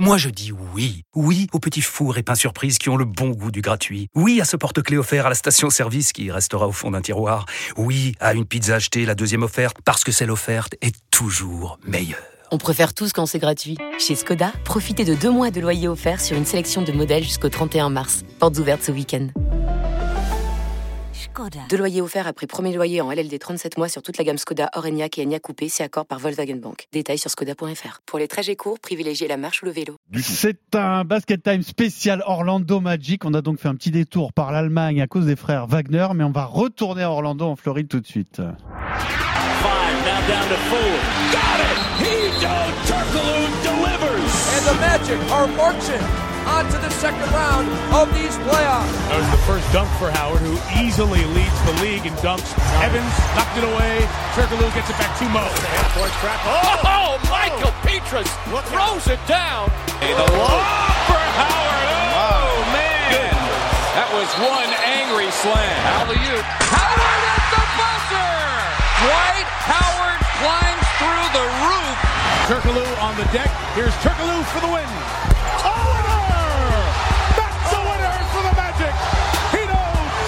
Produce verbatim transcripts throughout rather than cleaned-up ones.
Moi je dis oui. Oui aux petits fours et pains surprises qui ont le bon goût du gratuit. Oui à ce porte-clés offert à la station-service qui restera au fond d'un tiroir. Oui à une pizza achetée, la deuxième offerte, parce que celle offerte est toujours meilleure. On préfère tous quand c'est gratuit. Chez Skoda, profitez de deux mois de loyer offert sur une sélection de modèles jusqu'au trente et un mars. Portes ouvertes ce week-end. Skoda. Deux loyers offerts après premier loyer en L L D trente-sept mois sur toute la gamme Skoda, Orenia et Enyaq Coupé, si accord par Volkswagen Bank. Détails sur skoda point f r. Pour les trajets courts, privilégiez la marche ou le vélo. C'est un Basket Time spécial Orlando Magic. On a donc fait un petit détour par l'Allemagne à cause des frères Wagner, mais on va retourner à Orlando en Floride tout de suite. Five now down to four. Got it! Hedo Turkoglu delivers! And the Magic are marching on to the second round of these playoffs. That was the first dunk for Howard, who easily leads the league in dunks. Evans knocked it away. Turkoglu gets it back to Mo. Oh, oh Michael Petras throws it down. The lob for Howard. Oh, man. That was one angry slam. Alley-oop. Howard at the buzzer. Dwight Howard climbs through the roof. Turkoglu on the deck. Here's Turkoglu for the win. A winner! That's a winner for the Magic. Hedo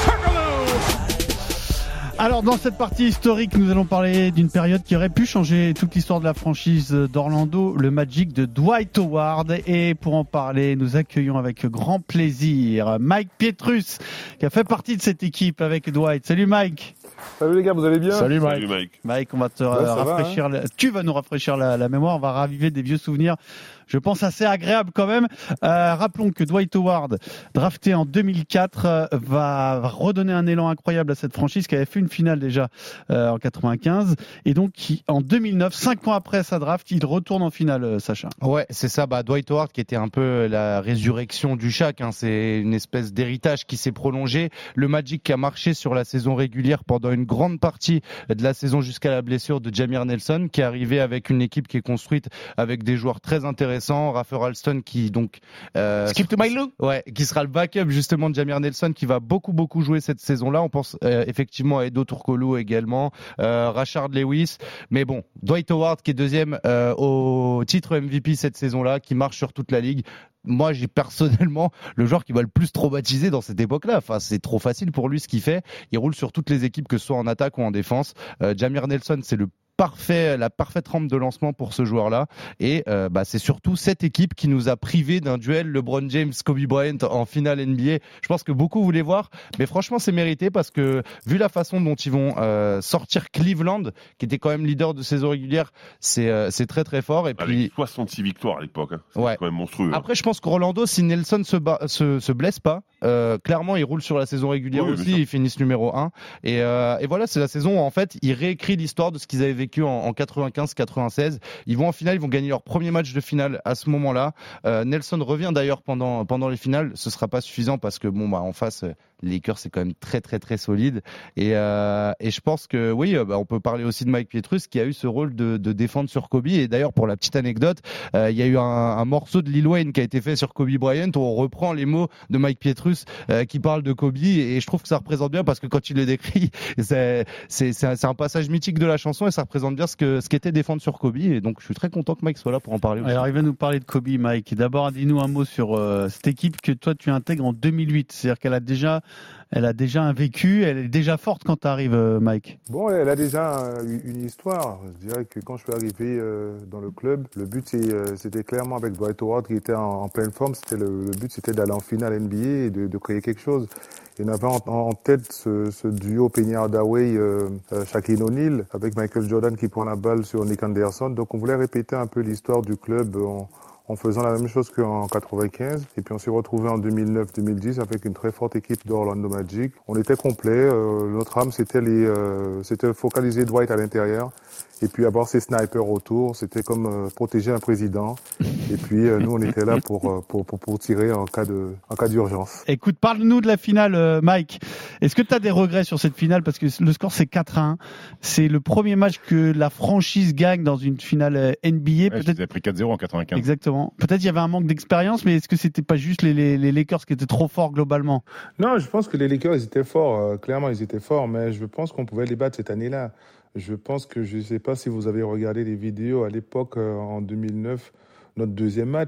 Turkoglu. Alors dans cette partie historique, nous allons parler d'une période qui aurait pu changer toute l'histoire de la franchise d'Orlando, le Magic de Dwight Howard. Et pour en parler, nous accueillons avec grand plaisir Mike Pietrus, qui a fait partie de cette équipe avec Dwight. Salut Mike. Salut les gars, vous allez bien? Salut Mike. Salut Mike. Mike, on va te ouais, rafraîchir. Va, hein. la... Tu vas nous rafraîchir la, la mémoire. On va raviver des vieux souvenirs. Je pense assez agréable quand même. Euh, rappelons que Dwight Howard, drafté en deux mille quatre, euh, va, va redonner un élan incroyable à cette franchise qui avait fait une finale déjà euh, en quatre-vingt-quinze. Et donc, qui, en deux mille neuf, cinq ans après sa draft, il retourne en finale, euh, Sacha. Ouais, c'est ça. Bah, Dwight Howard qui était un peu la résurrection du Shaq. Hein. C'est une espèce d'héritage qui s'est prolongé. Le Magic qui a marché sur la saison régulière pendant une grande partie de la saison jusqu'à la blessure de Jameer Nelson, qui est arrivé avec une équipe qui est construite avec des joueurs très intéressants. Rafer Alston qui donc euh, Skip to my Lou. Ouais, qui sera le backup justement de Jameer Nelson, qui va beaucoup beaucoup jouer cette saison-là. On pense euh, effectivement à Hedo Turkoglu également, euh, Rashard Lewis, mais bon, Dwight Howard qui est deuxième euh, au titre M V P cette saison-là, qui marche sur toute la ligue. Moi, j'ai personnellement le joueur qui va le plus traumatiser dans cette époque-là. Enfin, c'est trop facile pour lui ce qu'il fait. Il roule sur toutes les équipes, que ce soit en attaque ou en défense. Euh, Jameer Nelson, c'est le parfait, la parfaite rampe de lancement pour ce joueur-là. Et euh, bah, c'est surtout cette équipe qui nous a privé d'un duel LeBron James-Kobe Bryant en finale N B A. Je pense que beaucoup voulaient voir, mais franchement, c'est mérité parce que vu la façon dont ils vont euh, sortir Cleveland, qui était quand même leader de saison régulière, c'est euh, c'est très très fort. Et Avec puis soixante-six victoires à l'époque, hein. C'était ouais. quand même monstrueux. Après, je pense qu'Orlando, si Nelson se, bat, se, se blesse pas, euh, clairement, il roule sur la saison régulière oui, aussi. Ils finissent numéro un. Et, euh, et voilà, c'est la saison où en fait, ils réécrivent l'histoire de ce qu'ils avaient vécu en, en quatre-vingt-quinze quatre-vingt-seize. Ils vont en finale, ils vont gagner leur premier match de finale à ce moment-là. Euh, Nelson revient d'ailleurs pendant pendant les finales. Ce sera pas suffisant parce que bon bah en face, les Lakers c'est quand même très très très solide. Et euh, et je pense que oui, bah, on peut parler aussi de Mike Pietrus qui a eu ce rôle de, de défendre sur Kobe. Et d'ailleurs pour la petite anecdote, euh, il y a eu un, un morceau de Lil Wayne qui a été fait sur Kobe Bryant où on reprend les mots de Mike Pietrus euh, qui parle de Kobe. Et je trouve que ça représente bien parce que quand il le décrit, c'est c'est c'est un, c'est un passage mythique de la chanson et ça représente bien ce que ce qu'était défendre sur Kobe. Et donc je suis très content que Mike soit là pour en parler aussi. Alors il va nous parler de Kobe, Mike. D'abord, dis-nous un mot sur euh, cette équipe que toi tu intègres en deux mille huit. C'est-à-dire qu'elle a déjà, elle a déjà un vécu, elle est déjà forte quand tu arrives, euh, Mike. Bon, elle a déjà une histoire. Je dirais que quand je suis arrivé euh, dans le club, le but c'est, euh, c'était clairement avec Dwight Howard qui était en, en pleine forme. C'était le, le but, c'était d'aller en finale N B A et de, de créer quelque chose. Il y en avait en, en tête ce, ce duo Penny Hardaway, euh, euh, Shaquille O'Neal, avec Michael Jordan qui prend la balle sur Nick Anderson. Donc on voulait répéter un peu l'histoire du club en, en faisant la même chose qu'en quatre-vingt-quinze. Et puis on s'est retrouvé en deux mille neuf deux mille dix avec une très forte équipe d'Orlando Magic. On était complet. Euh, notre âme, c'était les, euh, c'était focaliser Dwight à l'intérieur. Et puis avoir ses snipers autour, c'était comme euh, protéger un président. Et puis euh, nous, on était là pour, euh, pour pour pour tirer en cas de en cas d'urgence. Écoute, parle-nous de la finale, euh, Mike. Est-ce que tu as des regrets sur cette finale parce que le score c'est quatre à un. C'est le premier match que la franchise gagne dans une finale N B A. Ouais, Peut-être. ils avaient pris quatre zéro en quatre-vingt-quinze. Exactement. Peut-être il y avait un manque d'expérience, mais est-ce que c'était pas juste les, les, les Lakers qui étaient trop forts globalement? Non, je pense que les Lakers ils étaient forts. Euh, clairement, ils étaient forts, mais je pense qu'on pouvait les battre cette année-là. Je pense que je ne sais pas si vous avez regardé les vidéos à l'époque, euh, en deux mille neuf, notre deuxième match,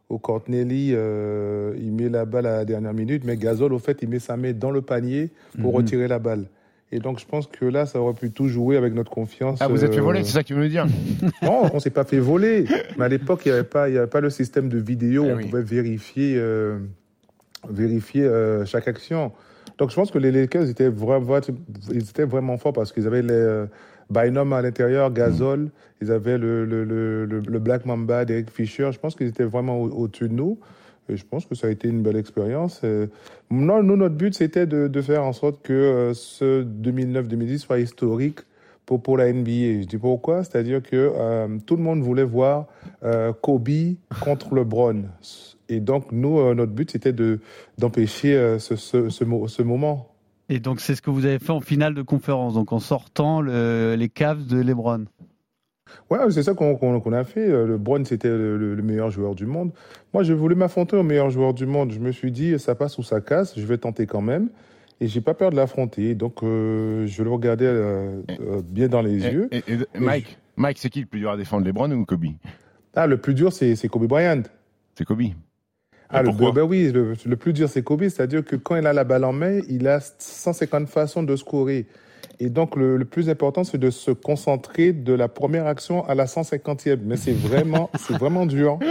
où Cortnelli, euh, il met la balle à la dernière minute, mais Gasol, au fait, il met sa main dans le panier pour mm-hmm. retirer la balle. Et donc, je pense que là, ça aurait pu tout jouer avec notre confiance. Ah, vous êtes fait euh... voler, c'est ça que tu veux nous dire? Non, on ne s'est pas fait voler. Mais à l'époque, il n'y avait pas, il y avait pas le système de vidéo où ah, on oui. pouvait vérifier, euh, vérifier euh, chaque action. Donc, je pense que les Lakers étaient vraiment, ils étaient vraiment forts parce qu'ils avaient les euh, Bynum à l'intérieur, Gasol, mmh. ils avaient le, le, le, le, le Black Mamba d'Eric Fisher. Je pense qu'ils étaient vraiment au- au-dessus de nous. Et je pense que ça a été une belle expérience. Euh, non, nous, notre but, c'était de, de faire en sorte que euh, ce deux mille neuf deux mille dix soit historique pour, pour la N B A. Je dis pourquoi? C'est-à-dire que euh, tout le monde voulait voir euh, Kobe contre LeBron. Et donc, nous, euh, notre but, c'était de, d'empêcher euh, ce, ce, ce, ce moment. Et donc, c'est ce que vous avez fait en finale de conférence, donc en sortant le, les Cavs de LeBron. Ouais, c'est ça qu'on, qu'on, qu'on a fait. LeBron, c'était le, le meilleur joueur du monde. Moi, je voulais m'affronter au meilleur joueur du monde. Je me suis dit, ça passe ou ça casse, je vais tenter quand même. Et j'ai pas peur de l'affronter. Donc, euh, je le regardais euh, euh, bien dans les et, yeux. Et, et, et Mike, je... Mike, c'est qui le plus dur à défendre, LeBron ou Kobe? Ah, le plus dur, c'est, c'est Kobe Bryant. C'est Kobe. Ah, le, ben oui, le, le plus dur, c'est Kobe. C'est-à-dire que quand il a la balle en main, il a cent cinquante façons de scorer. Et donc, le, le plus important, c'est de se concentrer de la première action à la cent cinquantième. Mais c'est vraiment, c'est vraiment dur.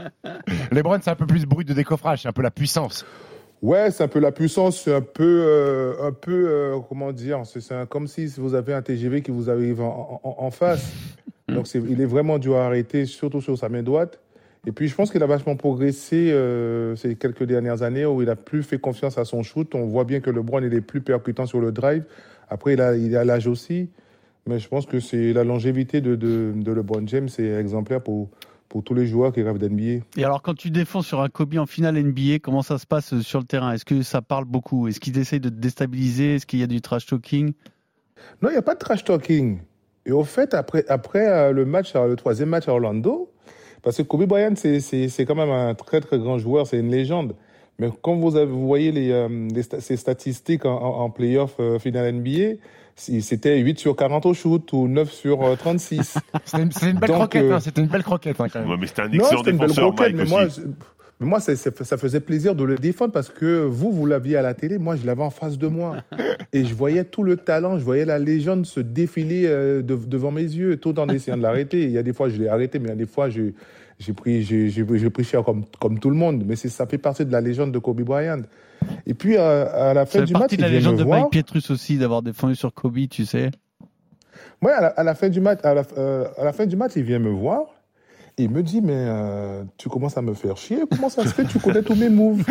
LeBron, c'est un peu plus brut de décoffrage, c'est un peu la puissance. Ouais, c'est un peu la puissance, c'est un peu, euh, un peu, euh, comment dire, c'est, c'est un, comme si vous avez un T G V qui vous arrive en, en, en face. Donc, c'est, il est vraiment dur à arrêter, surtout sur sa main droite. Et puis, je pense qu'il a vachement progressé euh, ces quelques dernières années où il a plus fait confiance à son shoot. On voit bien que LeBron, il est plus percutant sur le drive. Après, il a, il a l'âge aussi. Mais je pense que c'est la longévité de, de, de LeBron James, c'est exemplaire pour, pour tous les joueurs qui rêvent d'N B A. Et alors, quand tu défends sur un Kobe en finale N B A, comment ça se passe sur le terrain? Est-ce que ça parle beaucoup? Est-ce qu'ils essayent de te déstabiliser? Est-ce qu'il y a du trash talking? Non, il n'y a pas de trash talking. Et au fait, après, après le match, le troisième match à Orlando, parce que Kobe Bryant, c'est, c'est, c'est quand même un très, très grand joueur, c'est une légende. Mais quand vous, avez, vous voyez les, euh, les, ses statistiques en, en, en play-off euh, finale N B A, c'était huit sur quarante au shoot ou neuf sur euh, trente-six. C'était une, c'était une belle Donc, croquette, euh... hein, c'était une belle croquette. Hein, quand même. Ouais, mais c'était un excellent non, c'était défenseur, une belle croquette, Mike, mais aussi. moi, mais moi c'est, c'est, ça faisait plaisir de le défendre parce que vous, vous l'aviez à la télé, moi, je l'avais en face de moi. Et je voyais tout le talent, je voyais la légende se défiler euh, de, devant mes yeux, tout en essayant de l'arrêter. Il y a des fois, je l'ai arrêté, mais il y a des fois, je... J'ai pris, j'ai, j'ai, j'ai pris cher comme, comme tout le monde, mais c'est, ça fait partie de la légende de Kobe Bryant. Et puis, à, à la fin ça du fait match, partie il de la vient légende me de voir. Mike Pietrus aussi, d'avoir défendu sur Kobe, tu sais. Ouais, à la, à la fin du match, à la, euh, à la fin du match, il vient me voir. Et il me dit, mais euh, tu commences à me faire chier. Comment ça se fait? Tu connais tous mes moves.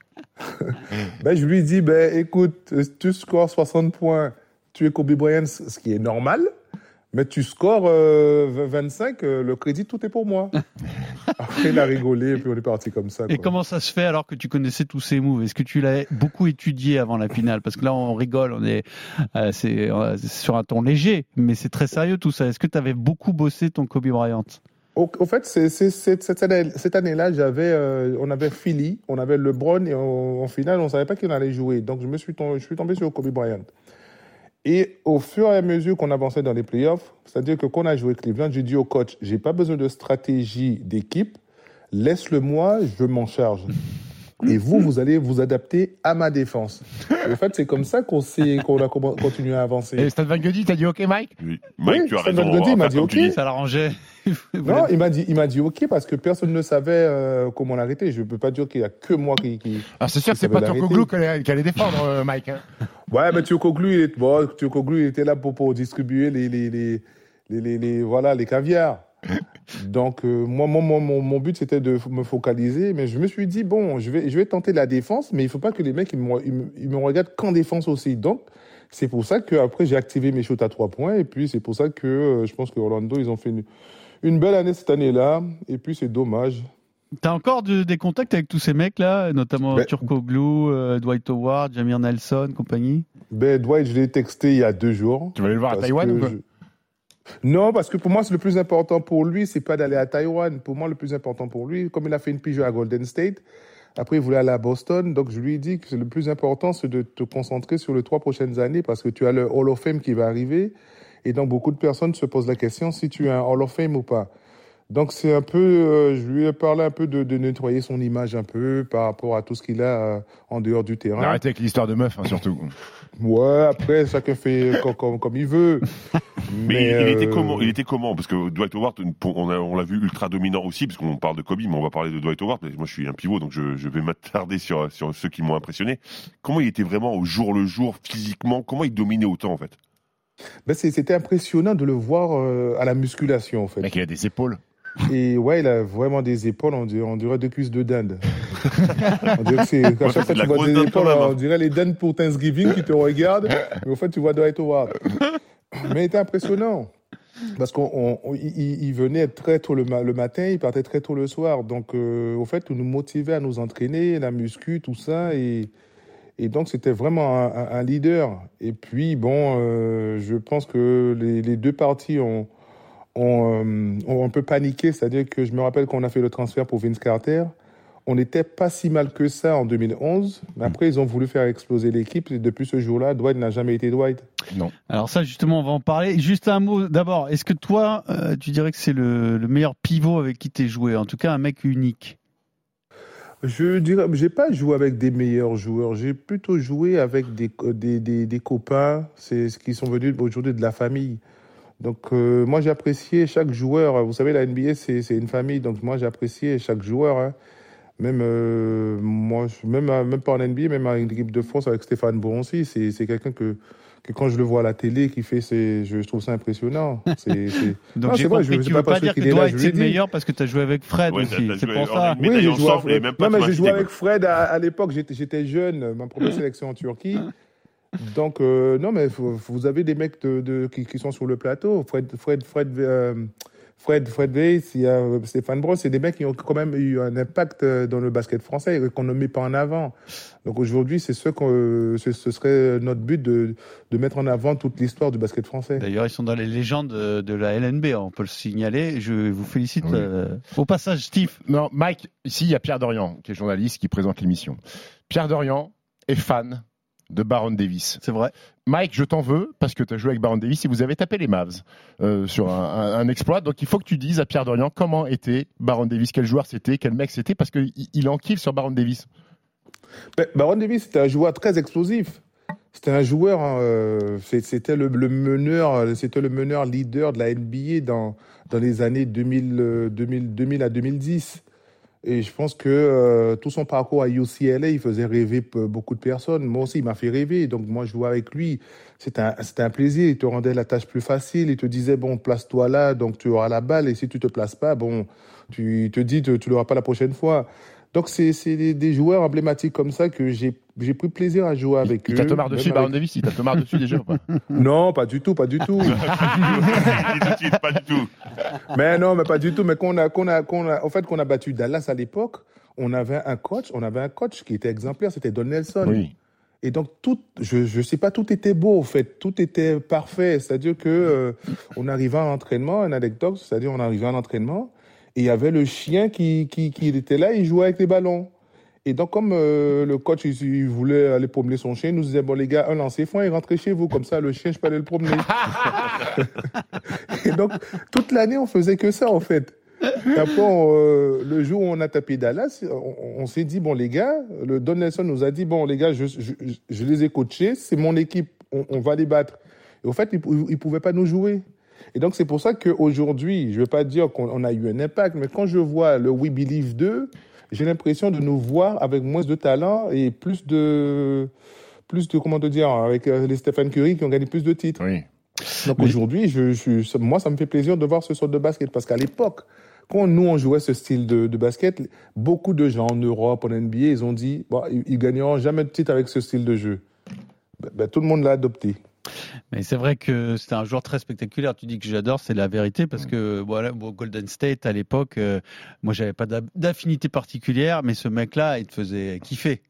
Ben, je lui dis, ben, écoute, tu scores soixante points, tu es Kobe Bryant, ce qui est normal. Mais tu scores euh, vingt-cinq, euh, le crédit, tout est pour moi. Après, il a rigolé, et puis on est parti comme ça. Et quoi. comment ça se fait alors que tu connaissais tous ces moves? Est-ce que tu l'as beaucoup étudié avant la finale? Parce que là, on rigole, on est, euh, c'est, euh, c'est sur un ton léger, mais c'est très sérieux tout ça. Est-ce que tu avais beaucoup bossé ton Kobe Bryant? Au, au fait, c'est, c'est, c'est, cette, année, cette année-là, j'avais, euh, on avait Philly, on avait LeBron, et en, en finale, on ne savait pas qui on allait jouer. Donc, je, me suis tombé, je suis tombé sur Kobe Bryant. Et au fur et à mesure qu'on avançait dans les playoffs, c'est-à-dire que quand on a joué Cleveland, j'ai dit au coach, j'ai pas besoin de stratégie d'équipe, laisse-le-moi, je m'en charge. Et vous, vous allez vous adapter à ma défense. Et en fait, c'est comme ça qu'on, s'est, qu'on a continué à avancer. Et Stan Van Gundy, t'as dit OK, Mike? Oui, Mike, oui, tu as Stan raison. Van Gundy, il m'a dit OK. Ça l'arrangeait. Non, il m'a dit, il m'a dit OK parce que personne ne savait euh, comment l'arrêter. Je ne peux pas dire qu'il n'y a que moi qui. qui ah, c'est sûr que c'est pas Turkoglu qui allait, qui allait défendre, euh, Mike. Hein. Ouais, mais Turkoglu, il, est, bon, Turkoglu, il était là pour, pour distribuer les, les, les, les, les, les, voilà, les caviars. Donc, euh, moi, mon, mon, mon but, c'était de me focaliser. Mais je me suis dit, bon, je vais, je vais tenter la défense, mais il ne faut pas que les mecs ils me, ils me, ils me regardent qu'en défense aussi. Donc, c'est pour ça qu'après, j'ai activé mes shoots à trois points. Et puis, c'est pour ça que euh, je pense que Orlando, ils ont fait une, une belle année cette année-là. Et puis, c'est dommage. T'as encore de, des contacts avec tous ces mecs-là, notamment ben, Turkoglu, euh, Dwight Howard, Jameer Nelson, compagnie? Ben, Dwight, je l'ai texté il y a deux jours. Tu vas aller le voir à Taïwan ou quoi? je... Non, parce que pour moi, c'est le plus important pour lui, c'est pas d'aller à Taïwan. Pour moi, le plus important pour lui, comme il a fait une pige à Golden State, après, il voulait aller à Boston. Donc, je lui ai dit que le plus important, c'est de te concentrer sur les trois prochaines années parce que tu as le Hall of Fame qui va arriver. Et donc, beaucoup de personnes se posent la question si tu es un Hall of Fame ou pas. Donc c'est un peu, euh, je lui ai parlé un peu de, de nettoyer son image un peu par rapport à tout ce qu'il a euh, en dehors du terrain. Arrêtez avec l'histoire de meuf, hein, surtout. Ouais, après chacun fait comme, comme, comme il veut. Mais, Mais il, euh... il était comment Il était comment Parce que Dwight Howard, on, a, on l'a vu ultra dominant aussi, parce qu'on parle de Kobe, mais on va parler de Dwight Howard. Moi, je suis un pivot, donc je, je vais m'attarder sur, sur ceux qui m'ont impressionné. Comment il était vraiment au jour le jour, physiquement? Comment il dominait autant, en fait? Ben c'est, c'était impressionnant de le voir euh, à la musculation, en fait. Mec, il a des épaules. Et ouais, il a vraiment des épaules, on dirait, on dirait deux cuisses de dinde. On dirait que c'est, à ouais, chaque fois que tu vois des épaules, même, hein. On dirait les dindes pour Thanksgiving qui te regardent, mais au fait, tu vois Dwight Howard. Mais il était impressionnant. Parce qu'on, on, il, il venait très tôt le, le matin, il partait très tôt le soir. Donc, euh, au fait, il nous motivait à nous entraîner, la muscu, tout ça. Et, et donc, c'était vraiment un, un leader. Et puis, bon, euh, je pense que les, les deux parties ont, ont, euh, ont un peu paniqué. C'est-à-dire que je me rappelle qu'on a fait le transfert pour Vince Carter. On n'était pas si mal que ça en deux mille onze. Mais après, ils ont voulu faire exploser l'équipe. Et depuis ce jour-là, Dwight n'a jamais été Dwight. Non. Alors ça, justement, on va en parler. Juste un mot d'abord. Est-ce que toi, euh, tu dirais que c'est le, le meilleur pivot avec qui tu es joué? En tout cas, un mec unique. Je dirais, j'ai pas joué avec des meilleurs joueurs. J'ai plutôt joué avec des, des, des, des copains. C'est ce qui sont venus aujourd'hui de la famille. Donc, euh, moi, j'ai apprécié chaque joueur. Vous savez, la N B A, c'est, c'est une famille. Donc, moi, j'ai apprécié chaque joueur. Hein. Même, euh, moi, même, même pas en N B A, même en équipe de France avec Stéphane Boroncy, c'est, c'est quelqu'un que, que quand je le vois à la télé, qui fait, c'est, je trouve ça impressionnant. C'est, c'est... Donc, non, j'ai c'est compris vrai, je que tu veux veux pas, pas dire que Dwight c'est le meilleur parce que tu as joué avec Fred ouais, aussi. C'est pour ça. Oui, j'ai joué, ensemble, avec... non, mais j'ai joué avec Fred à, à l'époque. J'étais, j'étais jeune, ma première sélection en Turquie. Donc, euh, non, mais vous, vous avez des mecs de, de, qui, qui sont sur le plateau. Fred, Fred, Fred, euh, Fred, Fred Weiss, il y a Stéphane Brosse, c'est des mecs qui ont quand même eu un impact dans le basket français et qu'on ne met pas en avant. Donc aujourd'hui, c'est ce que ce, ce serait notre but de, de mettre en avant toute l'histoire du basket français. D'ailleurs, ils sont dans les légendes de, de la L N B, on peut le signaler. Je vous félicite. Oui. Euh, au passage, Steve. Non, Mike, ici, il y a Pierre Dorian, qui est journaliste, qui présente l'émission. Pierre Dorian est fan de Baron Davis. C'est vrai. Mike, je t'en veux parce que tu as joué avec Baron Davis et vous avez tapé les Mavs euh, sur un, un, un exploit. Donc il faut que tu dises à Pierre Dorian comment était Baron Davis, quel joueur c'était, quel mec c'était, parce qu'il il en kiffe sur Baron Davis. Ben, Baron Davis, c'était un joueur très explosif. C'était un joueur, hein, euh, c'était le, le meneur, c'était le meneur leader de la N B A dans, dans les années deux mille, deux mille, deux mille à deux mille dix. Et je pense que euh, tout son parcours à U C L A, il faisait rêver beaucoup de personnes. Moi aussi, il m'a fait rêver. Donc moi, je jouais avec lui. C'était un, c'était un plaisir. Il te rendait la tâche plus facile. Il te disait, bon, place-toi là, donc tu auras la balle. Et si tu te places pas, bon, tu il te dis, tu, tu l'auras pas la prochaine fois. Donc c'est, c'est des, des joueurs emblématiques comme ça que j'ai, j'ai pris plaisir à jouer avec il, eux. Il t'a te marre dessus, avec... Baron Davis. Il t'a te marre dessus déjà ou pas? Non, pas du tout, pas du tout. Pas du tout. Mais non, mais pas du tout. Mais qu'on a, qu'on a, qu'on a, en fait, qu'on a battu Dallas à l'époque, on avait un coach, on avait un coach qui était exemplaire, c'était Don Nelson. Oui. Et donc tout, je, je sais pas, tout était beau, en fait, tout était parfait. C'est-à-dire que euh, on arrivait en entraînement, un anecdote, c'est-à-dire on arrivait en entraînement, et il y avait le chien qui, qui, qui était là, il jouait avec les ballons. Et donc, comme euh, le coach, il, il voulait aller promener son chien, il nous disait, bon, les gars, un lancer franc et rentrez chez vous. Comme ça, le chien, je peux aller le promener. Et donc, toute l'année, on faisait que ça, en fait. Et après, on, euh, le jour où on a tapé Dallas, on, on s'est dit, bon, les gars, le Don Nelson nous a dit, bon, les gars, je, je, je les ai coachés, c'est mon équipe, on, on va les battre. Et au fait, ils ne pouvaient pas nous jouer. Et donc, c'est pour ça qu'aujourd'hui, je ne veux pas dire qu'on a eu un impact, mais quand je vois le We Believe deux, j'ai l'impression de nous voir avec moins de talent et plus de, plus de, comment te dire, avec les Stephen Curry qui ont gagné plus de titres. Oui. Donc, mais... aujourd'hui, je, je, moi, ça me fait plaisir de voir ce sort de basket parce qu'à l'époque, quand nous, on jouait ce style de, de basket, beaucoup de gens en Europe, en N B A, ils ont dit, bon, ils, ils gagneront jamais de titre avec ce style de jeu. Ben, ben, tout le monde l'a adopté. Mais c'est vrai que c'était un joueur très spectaculaire. Tu dis que j'adore, c'est la vérité parce que voilà, bon, Golden State à l'époque, euh, moi j'avais pas d'affinité particulière, mais ce mec-là, il te faisait kiffer.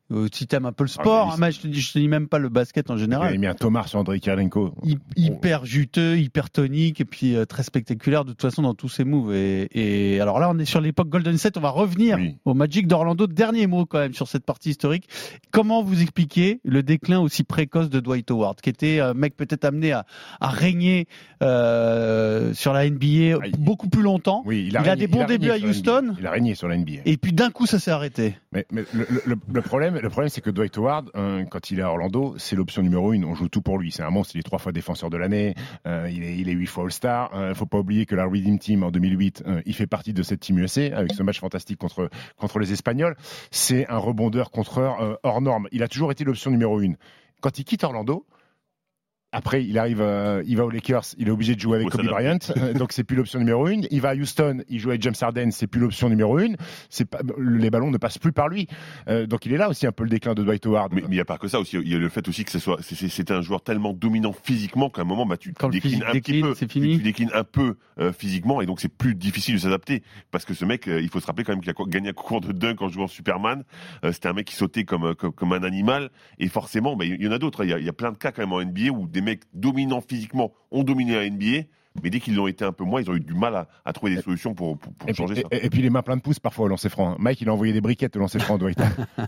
Euh, si t'aimes un peu le sport, Ah, hein, mais je te dis, je te dis même pas le basket en Il général. a mis un Thomas sur Andrei Kirilenko. Hy- hyper juteux, hyper tonique et puis euh, très spectaculaire de toute façon dans tous ses moves. Et, et alors là, on est sur l'époque Golden State. On va revenir Oui. au Magic d'Orlando. Dernier mot quand même sur cette partie historique. Comment vous expliquez le déclin aussi précoce de Dwight Howard, qui était un mec peut-être amené à, à régner euh, sur la N B A Ah, il- beaucoup plus longtemps. Oui, Il a régné- des bons a régné débuts à sur la N B A. Houston. Il a régné sur la N B A. Et puis d'un coup, ça s'est arrêté. Mais, mais le, le- le problème, le problème, c'est que Dwight Howard, hein, quand il est à Orlando, c'est l'option numéro une. On joue tout pour lui. C'est un monstre. Il est trois fois défenseur de l'année. Euh, il est, il est huit fois All-Star. Il euh, faut pas oublier que la Redeem Team en deux mille huit, euh, il fait partie de cette Team U S A avec ce match fantastique contre contre les Espagnols. C'est un rebondeur contreur euh, hors norme. Il a toujours été l'option numéro une. Quand il quitte Orlando. Après, il arrive, euh, il va aux Lakers, il est obligé de jouer avec Kobe Bryant, euh, donc c'est plus l'option numéro une. Il va à Houston, il joue avec James Harden, c'est plus l'option numéro une. C'est pas, les ballons ne passent plus par lui. Euh, donc il est là aussi un peu le déclin de Dwight Howard. Mais il n'y a pas que ça aussi. Il y a le fait aussi que ce soit, c'est- c'était un joueur tellement dominant physiquement qu'à un moment, bah, tu Quand le déclines physique un décline, petit peu, c'est fini. Tu, tu déclines un peu euh, physiquement et donc c'est plus difficile de s'adapter parce que ce mec, euh, il faut se rappeler quand même qu'il a co- gagné un concours de dunk en jouant Superman. Euh, c'était un mec qui sautait comme euh, comme, comme un animal et forcément, bah, il y en a d'autres. Il y a, il y a plein de cas quand même en N B A où des mecs dominants physiquement ont dominé la N B A, mais dès qu'ils l'ont été un peu moins, ils ont eu du mal à, à trouver des solutions pour, pour, pour Et, changer puis, ça. et, et puis les mains pleines de pouces parfois au lancer franc. Mike, il a envoyé des briquettes au lancer franc, Dwight.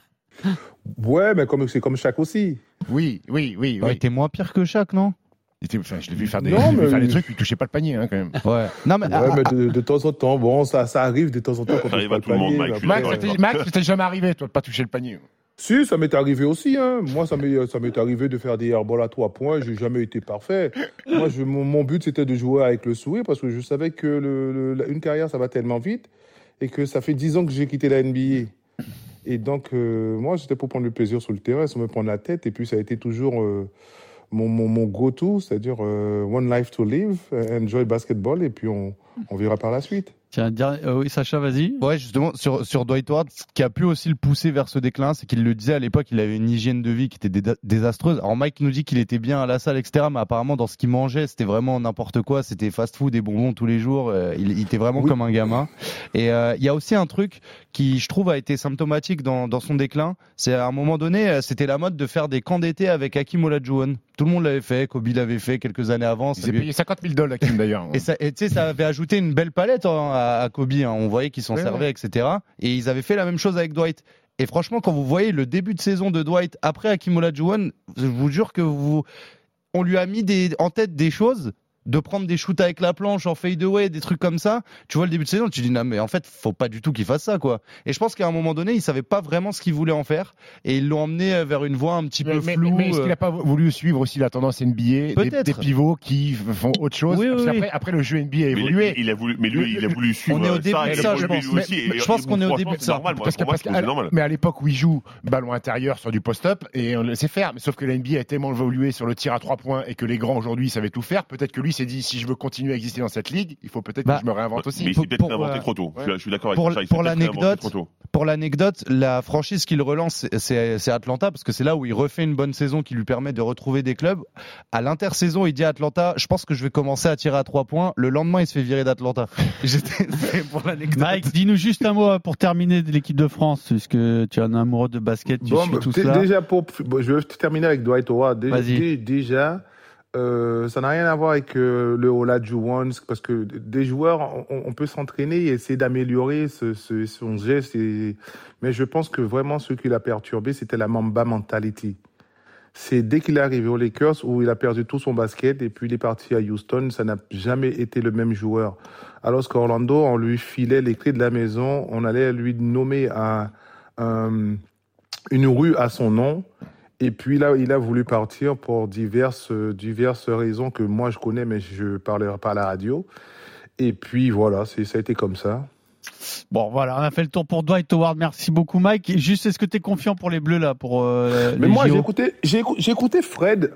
Ouais, mais comme, c'est comme Shaq aussi. Oui, oui, oui. Ouais, oui. t'es moins pire que Shaq, non? Il était- enfin, je l'ai vu faire des, Non, je l'ai vu mais- faire des trucs, il touchait pas le panier hein, quand même. Ouais. Non, mais, Ouais, ah, mais de, de temps en temps, bon, ça, ça arrive de temps en temps quand Ça on arrive touche à pas tout le monde, panier, Mike, mais je suis après, Max, d'accord. ça t'est- Max, ça t'est jamais arrivé, toi, de pas toucher le panier. Si, ça m'est arrivé aussi. Hein. Moi, ça m'est, ça m'est arrivé de faire des airballs à trois points. J'ai jamais été parfait. Moi, je, mon, mon but, c'était de jouer avec le sourire parce que je savais que le, le- la- une carrière, ça va tellement vite et que ça fait dix ans que j'ai quitté la N B A. Et donc, euh, moi, c'était pour prendre le plaisir sur le terrain, sans me prendre la tête. Et puis, ça a été toujours euh, mon, mon, mon go-to, c'est-à-dire euh, one life to live, enjoy basketball, et puis on, on verra par la suite. Tiens, dernier- euh, oui, Sacha, vas-y. ouais, justement, sur, sur Dwight Howard, ce qui a pu aussi le pousser vers ce déclin, c'est qu'il le disait à l'époque, il avait une hygiène de vie qui était dé- désastreuse. Alors Mike nous dit qu'il était bien à la salle, et cetera, mais apparemment, dans ce qu'il mangeait, c'était vraiment n'importe quoi. C'était fast-food et bonbons tous les jours. Euh, il, il était vraiment Oui. comme un gamin. Et euh, il y a aussi un truc qui, je trouve, a été symptomatique dans, dans son déclin. C'est à un moment donné, euh, c'était la mode de faire des camps d'été avec Hakeem Olajuwon. Tout le monde l'avait fait, Kobe l'avait fait quelques années avant. Il Ça s'est lui- payé cinquante mille dollars, Kim, d'ailleurs. Et ça, et tu sais, ça avait ajouté une belle palette hein, à, à Kobe. Hein. On voyait qu'ils s'en Ouais, servaient, ouais. et cetera. Et ils avaient fait la même chose avec Dwight. Et franchement, quand vous voyez le début de saison de Dwight après Hakeem Olajuwon, je vous jure que vous, on lui a mis des, en tête des choses. De prendre des shoots avec la planche en fade away, des trucs comme ça. Tu vois le début de saison, tu dis non mais en fait faut pas du tout qu'il fasse ça quoi. Et je pense qu'à un moment donné, il savait pas vraiment ce qu'il voulait en faire et ils l'ont emmené vers une voie un petit Mais, peu mais, floue. mais est-ce euh, qu'il n'a pas voulu suivre aussi la tendance N B A, des, Peut-être. des pivots qui font autre chose? Oui, Parce oui, qu'après, oui. après, le jeu N B A a Mais évolué. il, il a voulu, mais lui, il a voulu suivre On est au ça, début il de a ça, voulu je lui pense. aussi, Mais- et- je pense et qu'on est au franchement, début de c'est ça. normal, moi, Parce que, pour moi, parce je que- trouve que c'est normal. mais à l'époque où il joue ballon intérieur sur du post-up et on le sait faire, mais sauf que la N B A a tellement évolué sur le tir à trois points et que les grands aujourd'hui savaient tout faire, peut-être que lui s'est dit si je veux continuer à exister dans cette ligue, il faut peut-être Bah, que je me réinvente aussi. Mais il Pour- s'est peut-être pour, inventé euh, trop tôt. Je suis- Je suis d'accord avec pour- ça. il s'est pour peut-être réinventé l'anecdote, trop tôt. Pour l'anecdote, la franchise qu'il relance, c'est- c'est c'est Atlanta, parce que c'est là où il refait une bonne saison qui lui permet de retrouver des clubs. À l'intersaison, il dit à Atlanta, je pense que je vais commencer à tirer à trois points. Le lendemain, il se fait virer d'Atlanta. J'étais c'est pour l'anecdote. Mike, dis-nous juste un mot pour terminer de l'équipe de France, puisque tu es un amoureux de basket, tu Bon, suis bah, tout dé- cela. déjà, pour, bon, je vais terminer avec Dwight Howard. Dé- Vas-y. dé- Déjà, euh, ça n'a rien à voir avec euh, le Olajuwon, parce que des joueurs, on, on peut s'entraîner et essayer d'améliorer ce, ce, son geste. Et... Mais je pense que vraiment, ce qui l'a perturbé, c'était la Mamba mentality. C'est dès qu'il est arrivé aux Lakers où il a perdu tout son basket et puis il est parti à Houston, ça n'a jamais été le même joueur. Alors qu'Orlando, on lui filait les clés de la maison, on allait lui nommer un, un, une rue à son nom. Et puis là, il a voulu partir pour diverses, diverses raisons que moi je connais, mais je parlerai pas à la radio. Et puis voilà, c'est, ça a été comme ça. Bon, voilà, on a fait le tour pour Dwight Howard. Merci beaucoup, Mike. Juste, est-ce que tu es confiant pour les Bleus, là, pour euh, Mais les moi, J O? j'ai écouté, j'ai, écou- j'ai écouté Fred.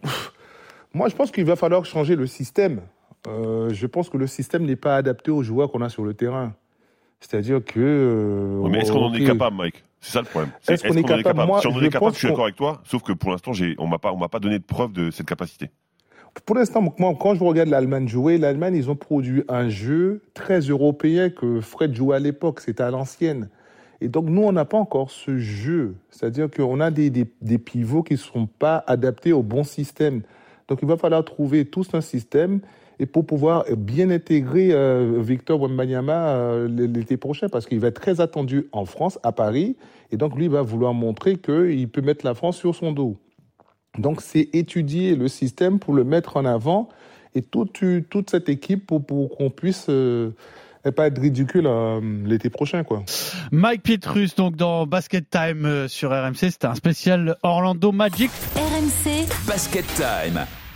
Moi, je pense qu'il va falloir changer le système. Euh, je pense que le système n'est pas adapté aux joueurs qu'on a sur le terrain. C'est-à-dire que... euh, Mais est-ce qu'on en ok. est capable, Mike? C'est ça le problème. C'est- Est-ce qu'on est capable? Moi, Si on en je est capable, pense je suis qu'on- d'accord avec toi. Sauf que pour l'instant, j'ai, on m'a pas, on m'a pas donné de preuve de cette capacité. Pour l'instant, moi, quand je regarde l'Allemagne jouer, l'Allemagne, ils ont produit un jeu très européen que Fred jouait à l'époque. C'était à l'ancienne. Et donc, nous, on n'a pas encore ce jeu. C'est-à-dire qu'on a des, des, des pivots qui ne sont pas adaptés au bon système. Donc, il va falloir trouver tous un système et pour pouvoir bien intégrer euh, Victor Wembanyama euh, l'été prochain, parce qu'il va être très attendu en France, à Paris. Et donc, lui, il va vouloir montrer qu'il peut mettre la France sur son dos. Donc, c'est étudier le système pour le mettre en avant et toute, toute cette équipe pour, pour qu'on puisse... Euh, et pas être ridicule euh, l'été prochain, quoi. Mike Pietrus, donc dans Basket Time euh, sur R M C, c'était un spécial Orlando Magic. R M C Basket Time.